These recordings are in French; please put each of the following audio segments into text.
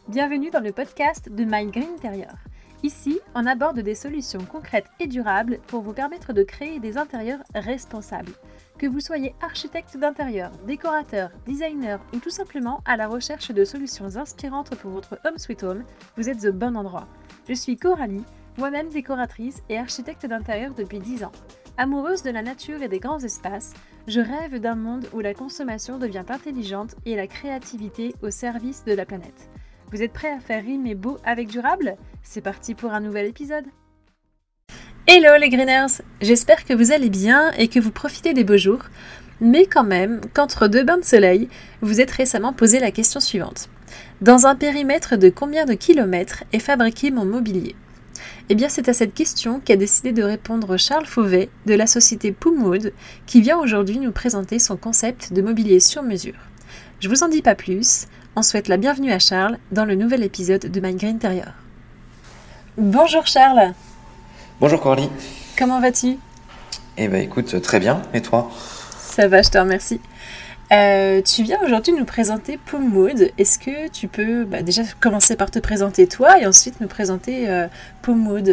Bienvenue dans le podcast de My Green Interior. Ici, on aborde des solutions concrètes et durables pour vous permettre de créer des intérieurs responsables. Que vous soyez architecte d'intérieur, décorateur, designer ou tout simplement à la recherche de solutions inspirantes pour votre home sweet home, vous êtes au bon endroit. Je suis Coralie, moi-même décoratrice et architecte d'intérieur depuis 10 ans. Amoureuse de la nature et des grands espaces, je rêve d'un monde où la consommation devient intelligente et la créativité au service de la planète. Vous êtes prêts à faire rimer beau avec durable ? C'est parti pour un nouvel épisode. Hello les Greeners, j'espère que vous allez bien et que vous profitez des beaux jours, mais quand même qu'entre deux bains de soleil, vous êtes récemment posé la question suivante. Dans un périmètre de combien de kilomètres est fabriqué mon mobilier ? Eh bien, c'est à cette question qu'a décidé de répondre Charles Fauvet de la société Pumwood, qui vient aujourd'hui nous présenter son concept de mobilier sur mesure. Je vous en dis pas plus, on souhaite la bienvenue à Charles dans le nouvel épisode de My Green Interior. Bonjour Charles. Bonjour Coralie. Comment vas-tu ? Eh ben écoute, très bien, et toi ? Ça va, je te remercie. Tu viens aujourd'hui nous présenter Pumwood. Est-ce que tu peux déjà commencer par te présenter toi et ensuite nous présenter Pumwood ?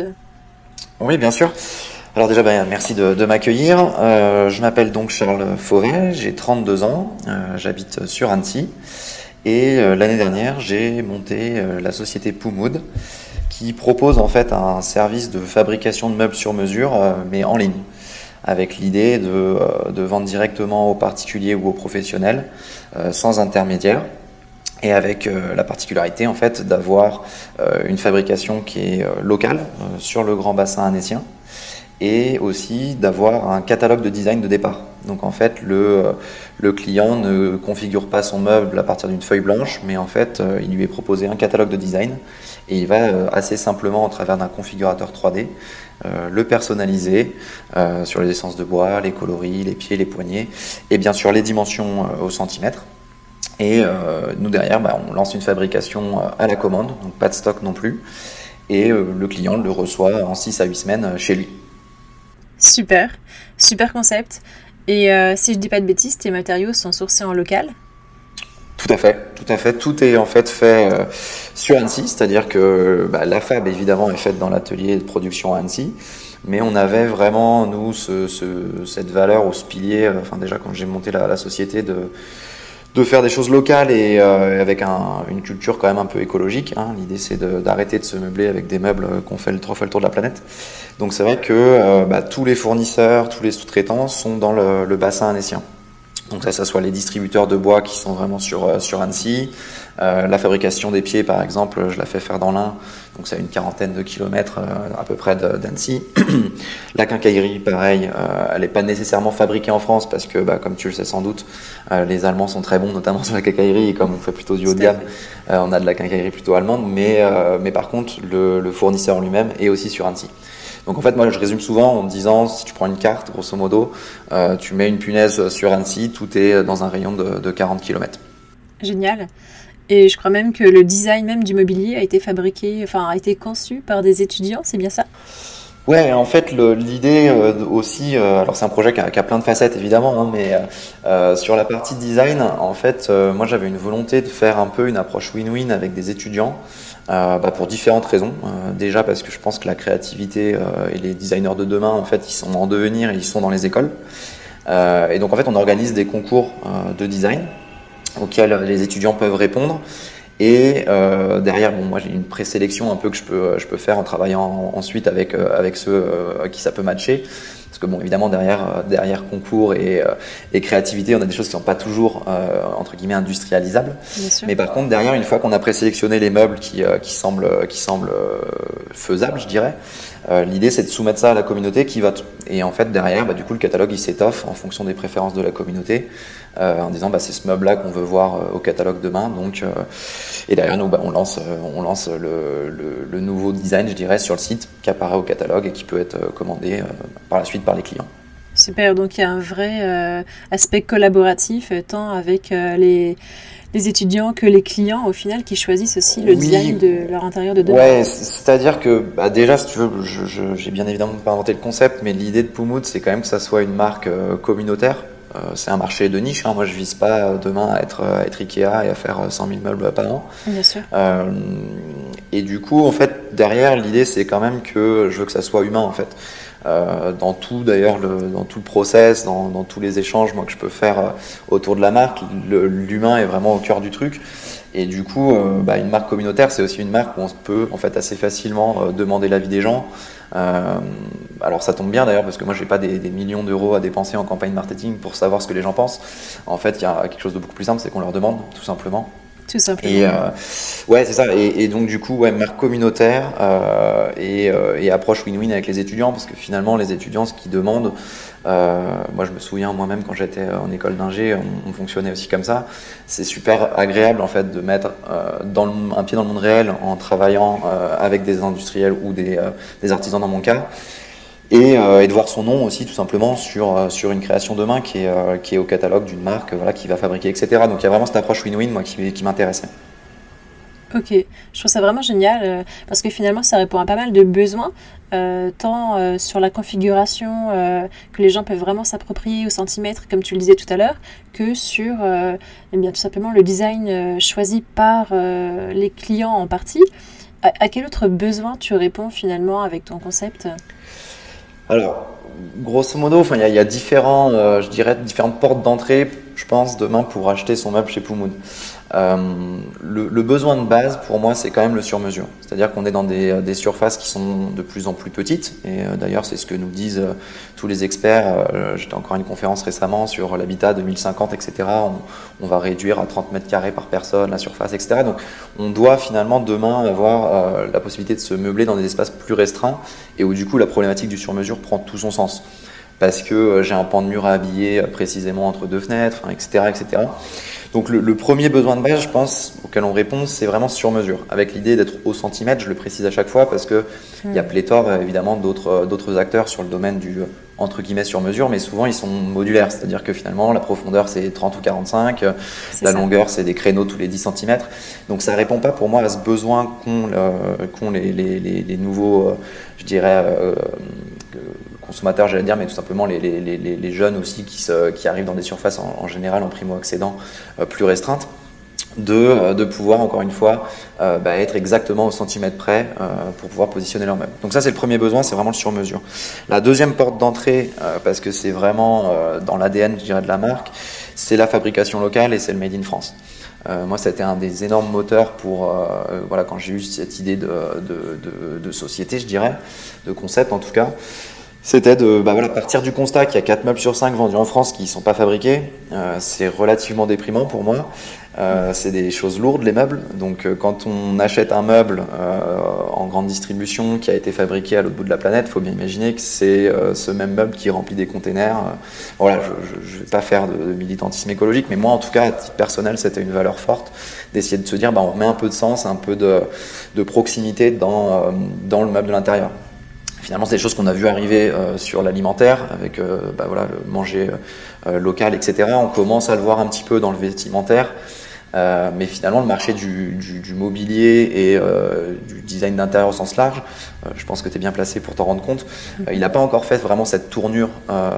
Oui, bien sûr. Alors déjà, merci de m'accueillir. Je m'appelle donc Charles Fauvet, j'ai 32 ans, j'habite sur Annecy. Et l'année dernière, j'ai monté la société Pumwood qui propose en fait un service de fabrication de meubles sur mesure, mais en ligne, avec l'idée de vendre directement aux particuliers ou aux professionnels, sans intermédiaire, et avec la particularité en fait d'avoir une fabrication qui est locale sur le grand bassin annécien, et aussi d'avoir un catalogue de design de départ. Donc en fait le client ne configure pas son meuble à partir d'une feuille blanche, mais en fait il lui est proposé un catalogue de design et il va assez simplement au travers d'un configurateur 3D le personnaliser sur les essences de bois, les coloris, les pieds, les poignets et bien sûr les dimensions au centimètre. Et nous derrière on lance une fabrication à la commande, donc pas de stock non plus, et le client le reçoit en 6 à 8 semaines chez lui. Super concept. Et si je dis pas de bêtises, tes matériaux sont sourcés en local ? Tout à fait. Tout est en fait sur Annecy, c'est-à-dire que la fab évidemment est faite dans l'atelier de production à Annecy, mais on avait vraiment nous cette valeur ou ce pilier. Déjà quand j'ai monté la société de faire des choses locales et avec une culture quand même un peu écologique. L'idée c'est d'arrêter de se meubler avec des meubles qu'on fait 3 fois le tour de la planète. Donc c'est vrai que tous les fournisseurs, tous les sous-traitants sont dans le bassin annécien. Donc ça soit les distributeurs de bois qui sont vraiment sur Annecy. La fabrication des pieds par exemple, je la fais faire dans l'Ain, donc c'est à une 40aine de kilomètres à peu près d'Annecy. La quincaillerie pareil, elle n'est pas nécessairement fabriquée en France parce que comme tu le sais sans doute, les Allemands sont très bons notamment sur la quincaillerie, et comme on fait plutôt du haut de gamme, on a de la quincaillerie plutôt allemande, mais par contre le fournisseur lui-même est aussi sur Annecy. Donc en fait moi je résume souvent en disant, si tu prends une carte grosso modo, tu mets une punaise sur Annecy, tout est dans un rayon de 40 km. Génial. Et je crois même que le design même du mobilier a été conçu par des étudiants, c'est bien ça ? Ouais, en fait l'idée aussi, alors c'est un projet qui a plein de facettes évidemment, mais sur la partie design, en fait moi j'avais une volonté de faire un peu une approche win-win avec des étudiants, pour différentes raisons. Déjà parce que je pense que la créativité et les designers de demain en fait ils sont en devenir et ils sont dans les écoles, et donc en fait on organise des concours de design auxquels les étudiants peuvent répondre. Et derrière, moi j'ai une présélection un peu que je peux faire en travaillant ensuite avec ceux à qui ça peut matcher. Parce que évidemment derrière concours et créativité, on a des choses qui sont pas toujours entre guillemets industrialisables. Mais par contre derrière, une fois qu'on a présélectionné les meubles qui semblent faisables, je dirais, l'idée c'est de soumettre ça à la communauté et en fait derrière, du coup le catalogue il s'étoffe en fonction des préférences de la communauté, en disant c'est ce meuble là qu'on veut voir au catalogue demain. Donc et derrière nous on lance le nouveau design, je dirais, sur le site qui apparaît au catalogue et qui peut être commandé par la suite par les clients. Super, donc il y a un vrai aspect collaboratif tant avec les étudiants que les clients au final qui choisissent aussi le design de leur intérieur de demain. Ouais, c'est-à-dire que déjà si tu veux, j'ai bien évidemment pas inventé le concept, mais l'idée de Pumwood c'est quand même que ça soit une marque communautaire. c'est un marché de niche, hein. Moi, je vise pas demain à être Ikea et à faire 100 000 meubles par an. Bien sûr. Et du coup, en fait, derrière, l'idée, c'est quand même que je veux que ça soit humain, en fait. Dans tout, d'ailleurs, dans tout le process, dans tous les échanges, moi, que je peux faire autour de la marque, l'humain est vraiment au cœur du truc. Et du coup, une marque communautaire, c'est aussi une marque où on peut, en fait, assez facilement demander l'avis des gens. Alors ça tombe bien d'ailleurs parce que moi j'ai pas des millions d'euros à dépenser en campagne marketing pour savoir ce que les gens pensent. En fait, il y a quelque chose de beaucoup plus simple, c'est qu'on leur demande tout simplement. Tout simplement. Et ouais, c'est ça. Et donc du coup, ouais, marque communautaire et approche win-win avec les étudiants, parce que finalement, les étudiants, ce qu'ils demandent, moi je me souviens moi-même quand j'étais en école d'ingé, on fonctionnait aussi comme ça. C'est super agréable en fait de mettre un pied dans le monde réel en travaillant avec des industriels ou des artisans dans mon cas. Et de voir son nom aussi tout simplement sur une création de main qui est au catalogue d'une marque, voilà, qui va fabriquer, etc. Donc il y a vraiment cette approche win-win, moi, qui m'intéressait. Ok, je trouve ça vraiment génial parce que finalement ça répond à pas mal de besoins, tant sur la configuration que les gens peuvent vraiment s'approprier au centimètre, comme tu le disais tout à l'heure, que sur eh bien, tout simplement le design choisi par les clients en partie. À quel autre besoin tu réponds finalement avec ton concept? Alors, grosso modo, enfin, il y a différents, je dirais, différentes portes d'entrée, je pense, demain pour acheter son meuble chez Poomood. Le besoin de base, pour moi, c'est quand même le sur-mesure. C'est-à-dire qu'on est dans des surfaces qui sont de plus en plus petites. Et d'ailleurs, c'est ce que nous disent tous les experts. J'étais encore à une conférence récemment sur l'habitat 2050, etc. On va réduire à 30 mètres carrés par personne la surface, etc. Donc, on doit finalement demain avoir la possibilité de se meubler dans des espaces plus restreints et où du coup, la problématique du sur-mesure prend tout son sens. Parce que j'ai un pan de mur à habiller précisément entre deux fenêtres, etc., etc. Donc le premier besoin de base, je pense, auquel on répond, c'est vraiment sur mesure, avec l'idée d'être au centimètre, je le précise à chaque fois, parce que il y a pléthore évidemment d'autres acteurs sur le domaine du entre guillemets sur mesure, mais souvent ils sont modulaires, c'est-à-dire que finalement la profondeur c'est 30 ou 45, la longueur c'est des créneaux tous les 10 centimètres. Donc ça répond pas pour moi à ce besoin qu'ont les nouveaux, je dirais, consommateurs, j'allais dire, mais tout simplement les jeunes aussi qui arrivent dans des surfaces en général en primo-accédant plus restreintes, de pouvoir encore une fois être exactement au centimètre près pour pouvoir positionner leur meuble. Donc ça c'est le premier besoin, c'est vraiment le sur-mesure. La deuxième porte d'entrée, parce que c'est vraiment dans l'ADN, je dirais, de la marque, c'est la fabrication locale et c'est le Made in France. Moi, ça a été un des énormes moteurs pour voilà, quand j'ai eu cette idée de société, je dirais, de concept en tout cas. C'était de partir du constat qu'il y a 4 meubles sur 5 vendus en France qui ne sont pas fabriqués. C'est relativement déprimant pour moi. C'est des choses lourdes, les meubles. Donc quand on achète un meuble en grande distribution qui a été fabriqué à l'autre bout de la planète, il faut bien imaginer que c'est ce même meuble qui remplit des containers. Voilà, je ne vais pas faire de militantisme écologique, mais moi en tout cas, à titre personnel, c'était une valeur forte d'essayer de se dire on remet un peu de sens, un peu de proximité dans le meuble de l'intérieur. Finalement, c'est des choses qu'on a vu arriver sur l'alimentaire, avec le manger local, etc. On commence à le voir un petit peu dans le vestimentaire, mais finalement, le marché du mobilier et du design d'intérieur au sens large, je pense que tu es bien placé pour t'en rendre compte, il n'a pas encore fait vraiment cette tournure,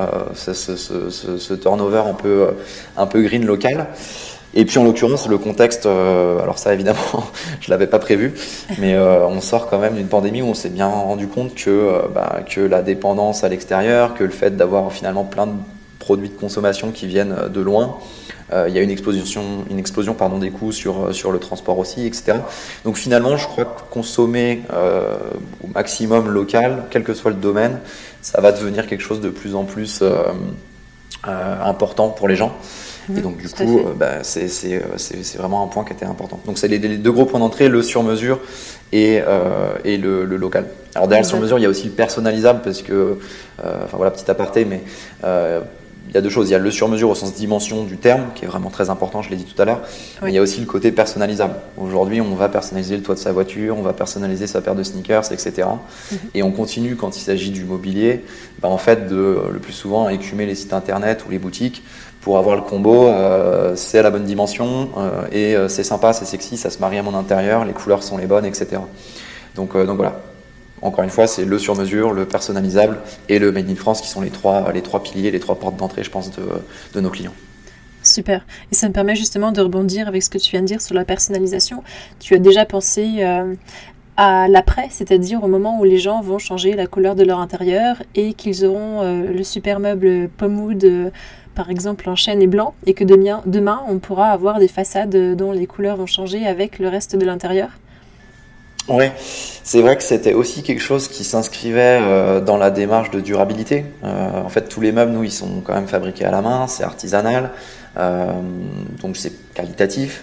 ce turnover un peu green local. Et puis en l'occurrence, le contexte, alors ça évidemment, je l'avais pas prévu, mais on sort quand même d'une pandémie où on s'est bien rendu compte que la dépendance à l'extérieur, que le fait d'avoir finalement plein de produits de consommation qui viennent de loin, il y a une explosion des coûts sur le transport aussi, etc. Donc finalement, je crois que consommer au maximum local, quel que soit le domaine, ça va devenir quelque chose de plus en plus important pour les gens. Et donc du coup, c'est vraiment un point qui était important. Donc c'est les deux gros points d'entrée, le sur-mesure et le local. Alors derrière le sur-mesure, il y a aussi le personnalisable parce que, petit aparté, mais il y a deux choses. Il y a le sur-mesure au sens dimension du terme, qui est vraiment très important, je l'ai dit tout à l'heure. Oui. Mais il y a aussi le côté personnalisable. Aujourd'hui, on va personnaliser le toit de sa voiture, on va personnaliser sa paire de sneakers, etc. Et on continue, quand il s'agit du mobilier, le plus souvent, écumer les sites internet ou les boutiques pour avoir le combo, c'est à la bonne dimension, et c'est sympa, c'est sexy, ça se marie à mon intérieur, les couleurs sont les bonnes, etc. Donc voilà. encore une fois, c'est le sur-mesure, le personnalisable et le Made in France qui sont les trois piliers, les trois portes d'entrée, je pense, de nos clients. Super. Et ça me permet justement de rebondir avec ce que tu viens de dire sur la personnalisation. Tu as déjà pensé à l'après, c'est-à-dire au moment où les gens vont changer la couleur de leur intérieur et qu'ils auront le super meuble Pomwood, par exemple en chêne et blanc, et que demain on pourra avoir des façades dont les couleurs vont changer avec le reste de l'intérieur. Ouais, c'est vrai que c'était aussi quelque chose qui s'inscrivait dans la démarche de durabilité. En fait, tous les meubles, nous, ils sont quand même fabriqués à la main, c'est artisanal, euh, donc c'est qualitatif.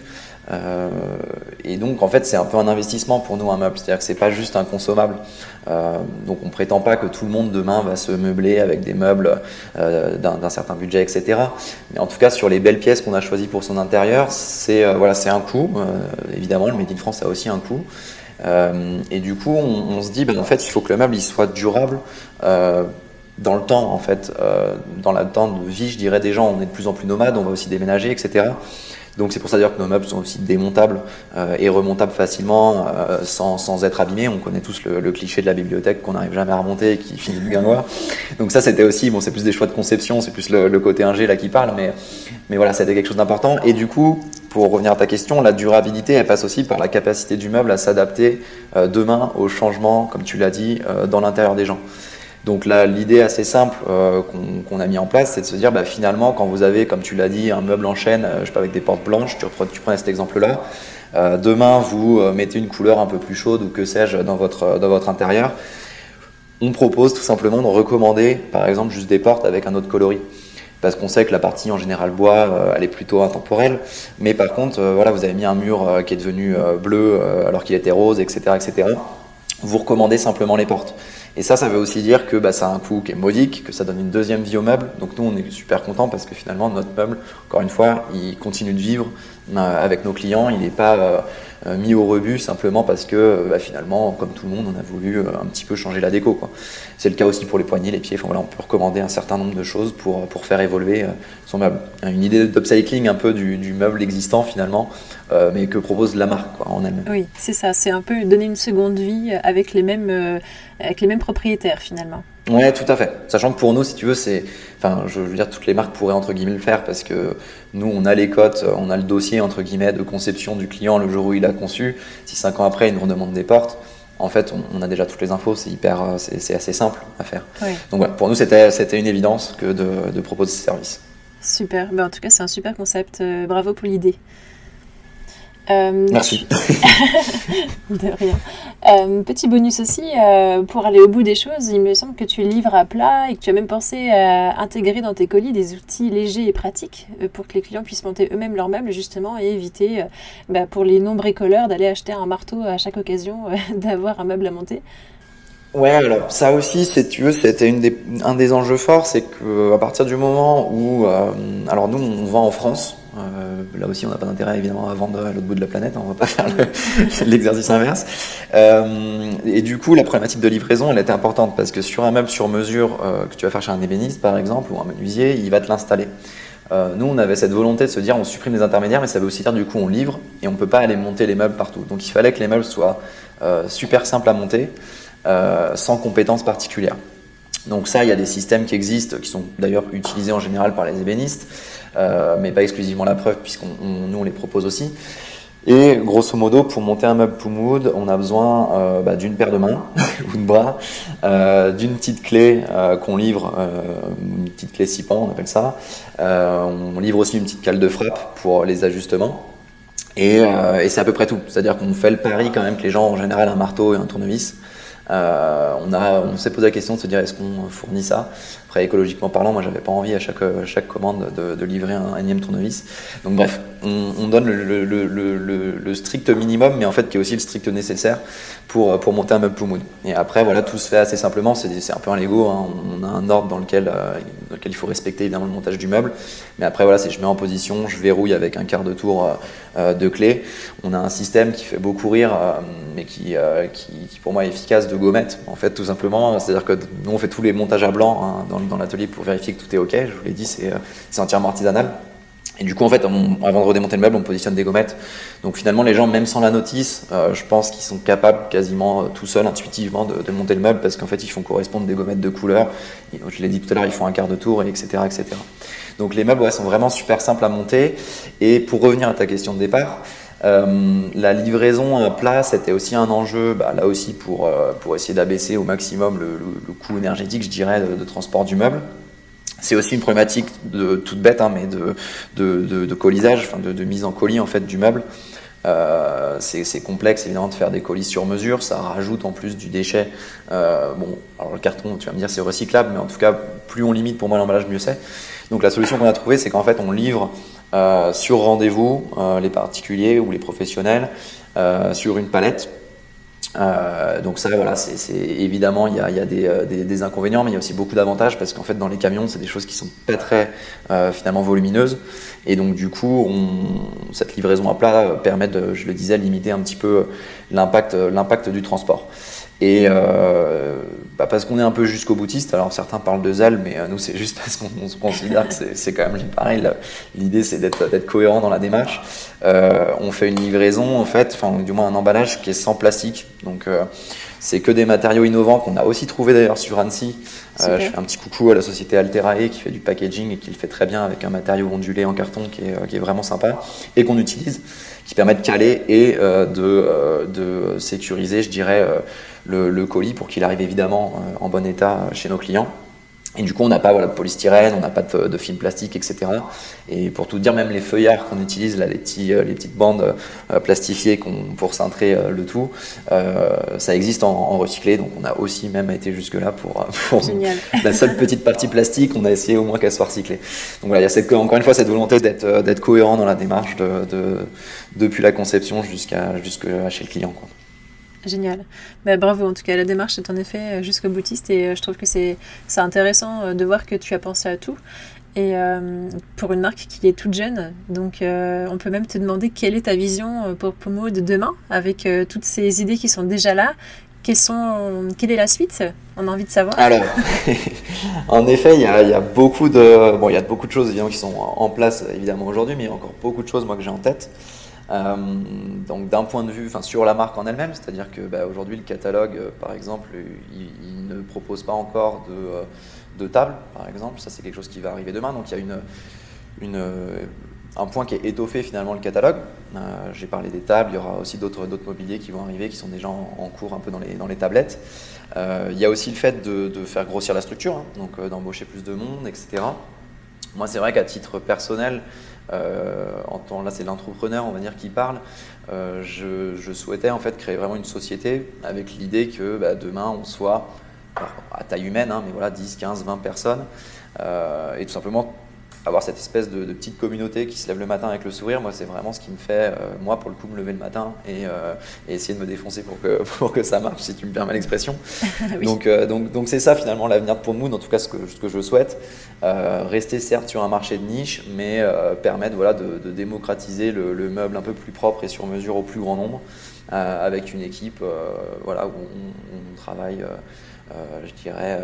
Et donc, en fait, c'est un peu un investissement pour nous, un meuble. C'est-à-dire que c'est pas juste un consommable. Donc, on prétend pas que tout le monde demain va se meubler avec des meubles d'un certain budget, etc. Mais en tout cas, sur les belles pièces qu'on a choisies pour son intérieur, c'est un coût. Évidemment, le Made in France a aussi un coût. Et du coup, on se dit, en fait, il faut que le meuble il soit durable dans le temps, en fait, dans le temps de vie, je dirais des gens. On est de plus en plus nomades, on va aussi déménager, etc. Donc c'est pour ça d'ailleurs que nos meubles sont aussi démontables et remontables facilement sans être abîmés. On connaît tous le cliché de la bibliothèque qu'on n'arrive jamais à remonter et qui finit du guingois. Donc ça c'était aussi, c'est plus des choix de conception, c'est plus le côté ingé là qui parle, mais voilà, c'était quelque chose d'important. Et du coup, pour revenir à ta question, la durabilité elle passe aussi par la capacité du meuble à s'adapter demain aux changements, comme tu l'as dit, dans l'intérieur des gens. Donc là, l'idée assez simple qu'on a mis en place, c'est de se dire finalement, quand vous avez, comme tu l'as dit, un meuble en chêne, je sais pas, avec des portes blanches, tu prenais cet exemple-là, demain vous mettez une couleur un peu plus chaude ou que sais-je dans votre intérieur, on propose tout simplement de recommander, par exemple, juste des portes avec un autre coloris. Parce qu'on sait que la partie en général bois, elle est plutôt intemporelle, mais par contre, voilà, vous avez mis un mur qui est devenu bleu alors qu'il était rose, etc., etc. Vous recommandez simplement les portes. Et ça veut aussi dire que ça a un coût qui est modique, que ça donne une deuxième vie au meuble. Donc nous, on est super contents parce que finalement, notre meuble, encore une fois, il continue de vivre avec nos clients. Il n'est pas mis au rebut simplement parce que finalement, comme tout le monde, on a voulu un petit peu changer la déco, quoi. C'est le cas aussi pour les poignées, les pieds. Enfin, voilà, on peut recommander un certain nombre de choses pour faire évoluer son meuble. Une idée d'upcycling un peu du meuble existant finalement, mais que propose la marque, quoi, en elle-même. Oui, c'est ça. C'est un peu donner une seconde vie avec les mêmes propriétaires finalement. Ouais, tout à fait. Sachant que pour nous, si tu veux, je veux dire, toutes les marques pourraient entre guillemets le faire parce que nous, on a les cotes, on a le dossier entre guillemets de conception du client le jour où il a conçu. Si 5 ans après, il nous redemande des portes, en fait, on a déjà toutes les infos. C'est assez simple à faire. Oui. Donc voilà, pour nous, c'était une évidence que de proposer ce service. Super. En tout cas, c'est un super concept. Bravo pour l'idée. Merci. De rien. Petit bonus aussi, pour aller au bout des choses, il me semble que tu livres à plat et que tu as même pensé à intégrer dans tes colis des outils légers et pratiques pour que les clients puissent monter eux-mêmes leurs meubles justement et éviter pour les non-bricoleurs d'aller acheter un marteau à chaque occasion d'avoir un meuble à monter. Ouais, alors ça aussi, si tu veux, c'était un des enjeux forts, c'est que à partir du moment où, alors nous, on vend en France. Là aussi, on n'a pas d'intérêt évidemment à vendre à l'autre bout de la planète. On va pas faire l'exercice inverse. Et du coup, la problématique de livraison, elle était importante parce que sur un meuble sur mesure que tu vas faire chez un ébéniste, par exemple, ou un menuisier, il va te l'installer. Nous, on avait cette volonté de se dire, on supprime les intermédiaires, mais ça veut aussi dire du coup, on livre et on peut pas aller monter les meubles partout. Donc, il fallait que les meubles soient super simples à monter. Sans compétences particulières. Donc ça, il y a des systèmes qui existent, qui sont d'ailleurs utilisés en général par les ébénistes, mais pas exclusivement la preuve, nous on les propose aussi. Et grosso modo, pour monter un meuble Pomwood, on a besoin d'une paire de mains ou de bras, d'une petite clé qu'on livre, une petite clé 6 pans, on appelle ça. On livre aussi une petite cale de frappe pour les ajustements. Et c'est à peu près tout. C'est-à-dire qu'on fait le pari quand même que les gens ont en général un marteau et un tournevis. On s'est posé la question de se dire est-ce qu'on fournit ça. Après, écologiquement parlant, moi j'avais pas envie à chaque commande de livrer un énième tournevis. Donc bref, on donne le strict minimum, mais en fait qui est aussi le strict nécessaire pour monter un meuble Pomwood. Et après voilà, tout se fait assez simplement. C'est un peu un Lego, hein. On a un ordre dans lequel il faut respecter évidemment le montage du meuble. Mais après voilà, je mets en position, je verrouille avec un quart de tour de clé. On a un système qui fait beaucoup rire, mais qui pour moi est efficace, de gommettes. En fait, tout simplement, c'est-à-dire que nous on fait tous les montages à blanc, hein, dans l'atelier pour vérifier que tout est ok. Je vous l'ai dit, c'est entièrement artisanal. Et du coup, en fait, avant de redémonter le meuble, on positionne des gommettes. Donc finalement, les gens, même sans la notice, je pense qu'ils sont capables quasiment tout seuls, intuitivement, de monter le meuble parce qu'en fait, ils font correspondre des gommettes de couleur. Je l'ai dit tout à l'heure, ils font un quart de tour, etc., etc. Donc les meubles sont vraiment super simples à monter. Et pour revenir à ta question de départ, la livraison à plat, c'était aussi un enjeu, là aussi pour essayer d'abaisser au maximum le coût énergétique, je dirais, de transport du meuble. C'est aussi une problématique toute bête, mais de colisage, de mise en colis en fait du meuble. C'est complexe évidemment de faire des colis sur mesure, ça rajoute en plus du déchet. Alors le carton, tu vas me dire c'est recyclable, mais en tout cas plus on limite pour moi l'emballage, mieux c'est. Donc la solution qu'on a trouvée, c'est qu'en fait on livre sur rendez-vous les particuliers ou les professionnels sur une palette. Donc ça, voilà, c'est évidemment il y a des inconvénients, mais il y a aussi beaucoup d'avantages parce qu'en fait dans les camions c'est des choses qui sont pas très finalement volumineuses, et donc du coup cette livraison à plat permet de, je le disais, limiter un petit peu l'impact du transport. Et parce qu'on est un peu jusqu'au boutiste, alors certains parlent de zèle, mais nous c'est juste parce qu'on se considère que c'est quand même pareil. L'idée c'est d'être cohérent dans la démarche. On fait une livraison en fait, enfin du moins un emballage qui est sans plastique, donc c'est que des matériaux innovants qu'on a aussi trouvé d'ailleurs sur Annecy. Je fais un petit coucou à la société Alterae qui fait du packaging et qui le fait très bien avec un matériau ondulé en carton qui est vraiment sympa et qu'on utilise, qui permet de caler et de sécuriser, je dirais, le colis pour qu'il arrive évidemment en bon état chez nos clients. Et du coup, on n'a pas de polystyrène, on n'a pas de film plastique, etc. Et pour tout dire, même les feuillards qu'on utilise, là, les petites bandes plastifiées pour cintrer le tout, ça existe en recyclé. Donc, on a aussi même été jusque-là pour la seule petite partie plastique, on a essayé au moins qu'elle soit recyclée. Donc voilà, il y a encore une fois cette volonté d'être cohérent dans la démarche depuis la conception jusqu'à chez le client, quoi. Génial. Bravo, en tout cas, la démarche est en effet jusqu'au boutiste et je trouve que c'est intéressant de voir que tu as pensé à tout. Et pour une marque qui est toute jeune, donc on peut même te demander quelle est ta vision pour Pomo de demain, avec toutes ces idées qui sont déjà là. Quelle est la suite? On a envie de savoir. Alors, en effet, il y a beaucoup de choses évidemment qui sont en place évidemment aujourd'hui, mais il y a encore beaucoup de choses moi que j'ai en tête. Donc d'un point de vue, sur la marque en elle-même, c'est-à-dire que aujourd'hui le catalogue, par exemple, il ne propose pas encore de table, par exemple. Ça c'est quelque chose qui va arriver demain. Donc il y a un point qui est étoffé finalement le catalogue. J'ai parlé des tables, il y aura aussi d'autres mobiliers qui vont arriver, qui sont déjà en cours un peu dans les tablettes. Il y a aussi le fait de faire grossir la structure, donc d'embaucher plus de monde, etc. Moi c'est vrai qu'à titre personnel, là c'est l'entrepreneur on va dire qui parle, je souhaitais en fait créer vraiment une société avec l'idée que demain on soit à taille humaine, mais voilà 10, 15, 20 personnes, et tout simplement avoir cette espèce de petite communauté qui se lève le matin avec le sourire. Moi c'est vraiment ce qui me fait moi pour le coup me lever le matin et essayer de me défoncer pour que ça marche, si tu me permets l'expression. Oui. Donc c'est ça finalement l'avenir pour nous, en tout cas ce que je souhaite, rester certes sur un marché de niche, mais permettre de démocratiser le meuble un peu plus propre et sur mesure au plus grand nombre, avec une équipe où on travaille je dirais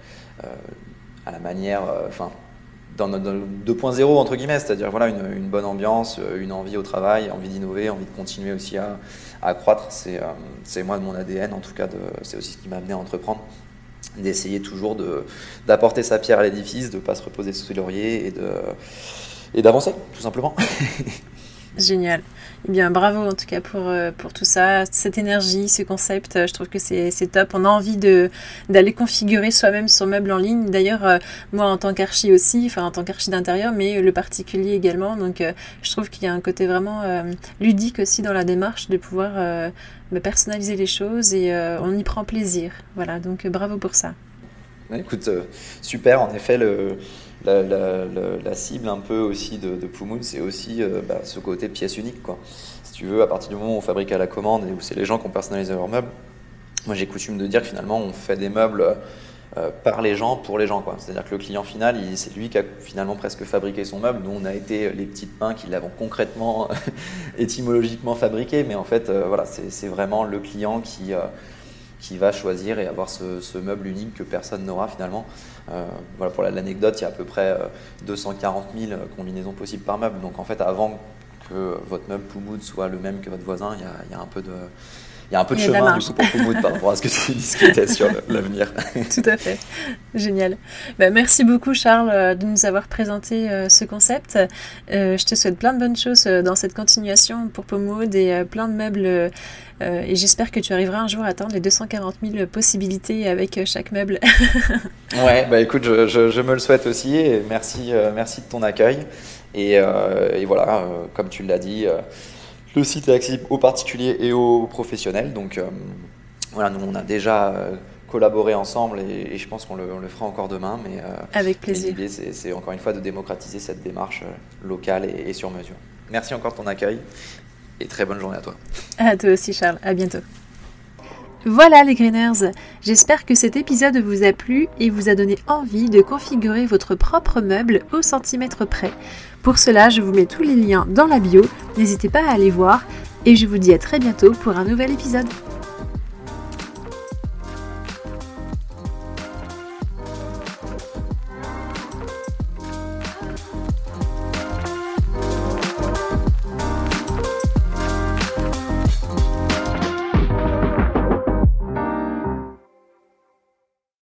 à la manière dans notre 2.0 entre guillemets, c'est-à-dire une bonne ambiance, une envie au travail, envie d'innover, envie de continuer aussi à croître. C'est moi de mon ADN en tout cas, c'est aussi ce qui m'a amené à entreprendre, d'essayer toujours d'apporter sa pierre à l'édifice, de ne pas se reposer sous ses lauriers et d'avancer tout simplement. Génial. Eh bien, bravo en tout cas pour tout ça, cette énergie, ce concept. Je trouve que c'est top. On a envie d'aller configurer soi-même son meuble en ligne. D'ailleurs, moi en tant qu'archi aussi, en tant qu'archi d'intérieur, mais le particulier également. Donc, je trouve qu'il y a un côté vraiment ludique aussi dans la démarche de pouvoir personnaliser les choses et on y prend plaisir. Voilà, donc bravo pour ça. Écoute, super. En effet, la cible un peu aussi de Poomoon, c'est aussi ce côté pièce unique, quoi. Si tu veux, à partir du moment où on fabrique à la commande et où c'est les gens qui ont personnalisé leurs meubles, moi j'ai coutume de dire que finalement on fait des meubles par les gens, pour les gens, quoi. C'est-à-dire que le client final, c'est lui qui a finalement presque fabriqué son meuble. Nous on a été les petites mains qui l'avons concrètement, étymologiquement fabriqué, mais en fait c'est vraiment le client qui qui va choisir et avoir ce meuble unique que personne n'aura finalement. Voilà, pour l'anecdote, il y a à peu près 240 000 combinaisons possibles par meuble. Donc en fait, avant que votre meuble PooMood soit le même que votre voisin, il y a un peu de... Il y a un peu de chemin du coup pour PooMood par rapport à ce que tu discutais sur l'avenir. Tout à fait, génial. Merci beaucoup Charles de nous avoir présenté ce concept. Je te souhaite plein de bonnes choses dans cette continuation pour PooMood et plein de meubles. Et j'espère que tu arriveras un jour à atteindre les 240 000 possibilités avec chaque meuble. Ouais, écoute, je me le souhaite aussi et merci de ton accueil. Et voilà, comme tu l'as dit, le site est accessible aux particuliers et aux professionnels. Donc voilà, nous on a déjà collaboré ensemble et je pense qu'on le fera encore demain. Mais avec plaisir. L'idée, c'est encore une fois de démocratiser cette démarche locale et sur mesure. Merci encore de ton accueil et très bonne journée à toi. À toi aussi Charles, à bientôt. Voilà les Greeners, j'espère que cet épisode vous a plu et vous a donné envie de configurer votre propre meuble au centimètre près. Pour cela, je vous mets tous les liens dans la bio, n'hésitez pas à aller voir et je vous dis à très bientôt pour un nouvel épisode.